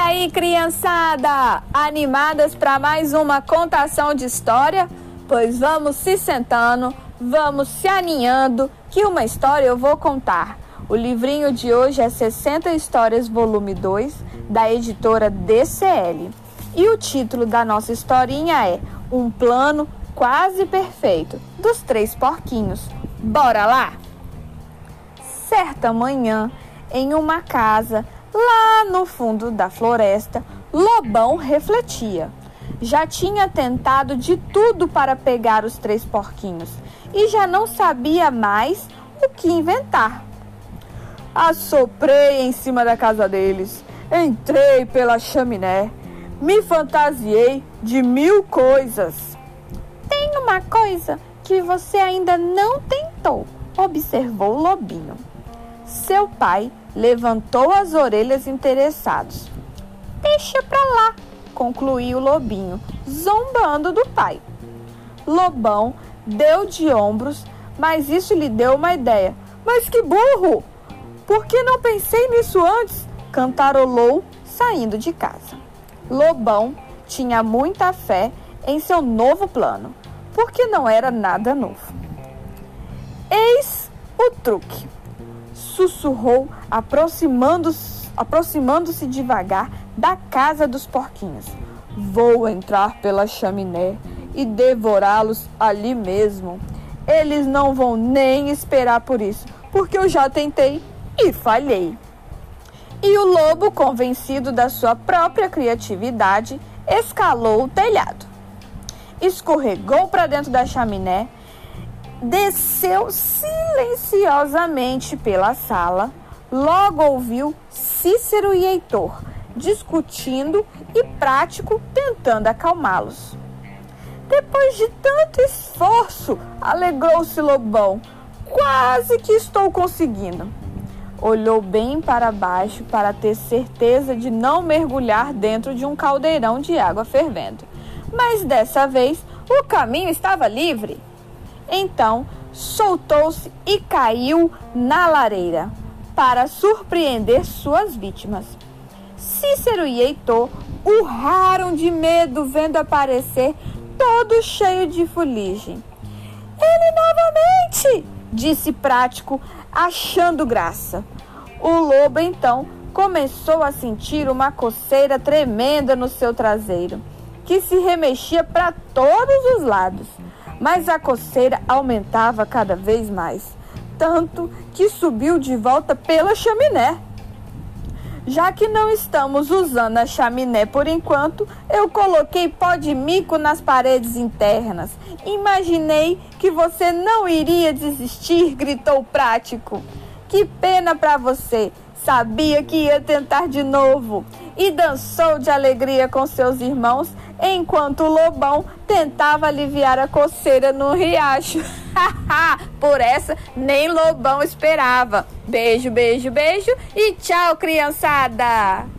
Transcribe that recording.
aí, criançada? Animadas para mais uma contação de história? Pois vamos se sentando, vamos se aninhando, que uma história eu vou contar. O livrinho de hoje é 60 Histórias, volume 2, da editora DCL. E o título da nossa historinha é Um Plano Quase Perfeito, dos 3 porquinhos. Bora lá? Certa manhã, em uma casa, lá no fundo da floresta, Lobão refletia. Já tinha tentado de tudo para pegar os 3 porquinhos e já não sabia mais o que inventar. Assoprei em cima da casa deles, entrei pela chaminé, me fantasiei de 1000 coisas. Tem uma coisa que você ainda não tentou, observou o Lobinho. Seu pai levantou as orelhas interessados. Deixa pra lá, concluiu o Lobinho, zombando do pai. Lobão deu de ombros, mas isso lhe deu uma ideia. Mas que burro! Por que não pensei nisso antes? Cantarolou, saindo de casa. Lobão tinha muita fé em seu novo plano, porque não era nada novo. Eis o truque, sussurrou, aproximando-se devagar da casa dos porquinhos. Vou entrar pela chaminé e devorá-los ali mesmo. Eles não vão nem esperar por isso, porque eu já tentei e falhei. E o lobo, convencido da sua própria criatividade, escalou o telhado. Escorregou para dentro da chaminé, desceu silenciosamente pela sala, logo ouviu Cícero e Heitor discutindo e Prático tentando acalmá-los. Depois de tanto esforço, alegrou-se Lobão, quase que estou conseguindo. Olhou bem para baixo para ter certeza de não mergulhar dentro de um caldeirão de água fervendo. Mas dessa vez o caminho estava livre. Então soltou-se e caiu na lareira, para surpreender suas vítimas. Cícero e Heitor urraram de medo vendo aparecer todo cheio de fuligem. Ele novamente! Disse Prático, achando graça. O lobo então começou a sentir uma coceira tremenda no seu traseiro, que se remexia para todos os lados. Mas a coceira aumentava cada vez mais, tanto que subiu de volta pela chaminé. Já que não estamos usando a chaminé por enquanto, eu coloquei pó de mico nas paredes internas. Imaginei que você não iria desistir, gritou Prático. Que pena para você, sabia que ia tentar de novo. E dançou de alegria com seus irmãos, enquanto o Lobão tentava aliviar a coceira no riacho. Por essa, nem Lobão esperava. Beijo, beijo, beijo e tchau, criançada!